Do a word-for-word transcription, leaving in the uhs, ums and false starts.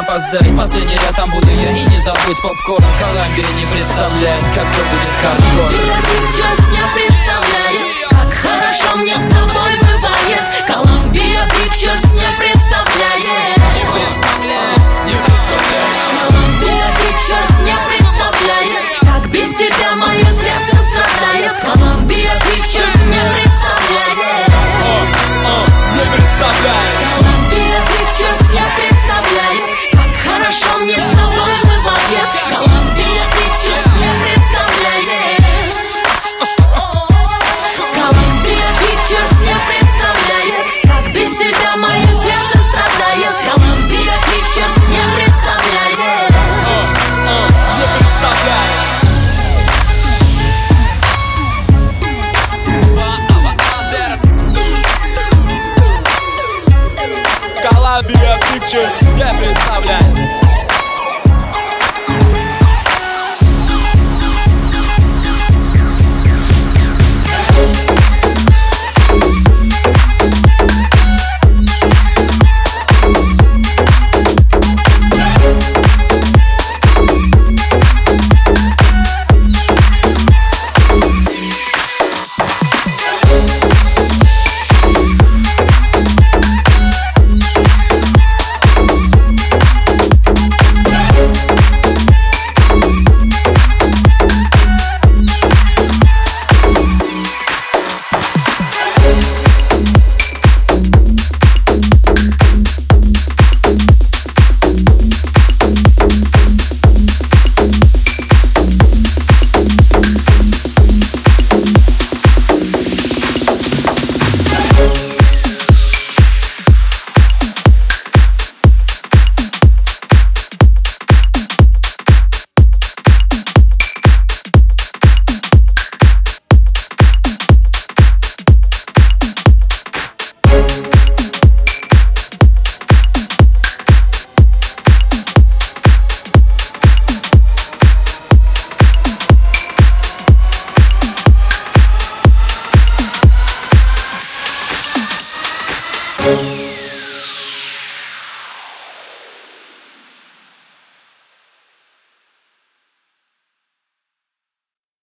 опоздай. Последний ряд, там буду я, и не забудь попкорн. Columbia не представляет, какой будет хардкор. Columbia Pictures не представляет, как хорошо мне с тобой бывает. Columbia Pictures не представляет, Не представляет, не представляет. Columbia Pictures не представляет, как без тебя мое сердце страдает. Columbia Pictures не представляет, Не представляет. Columbia Pictures не представляет, как хорошо мне с тобой бывает. Columbia Pictures не представляет, Columbia Pictures не представляет, как без тебя мое сердце страдает. Columbia Pictures не представляет, Не представляет. Columbia Pictures не представляет.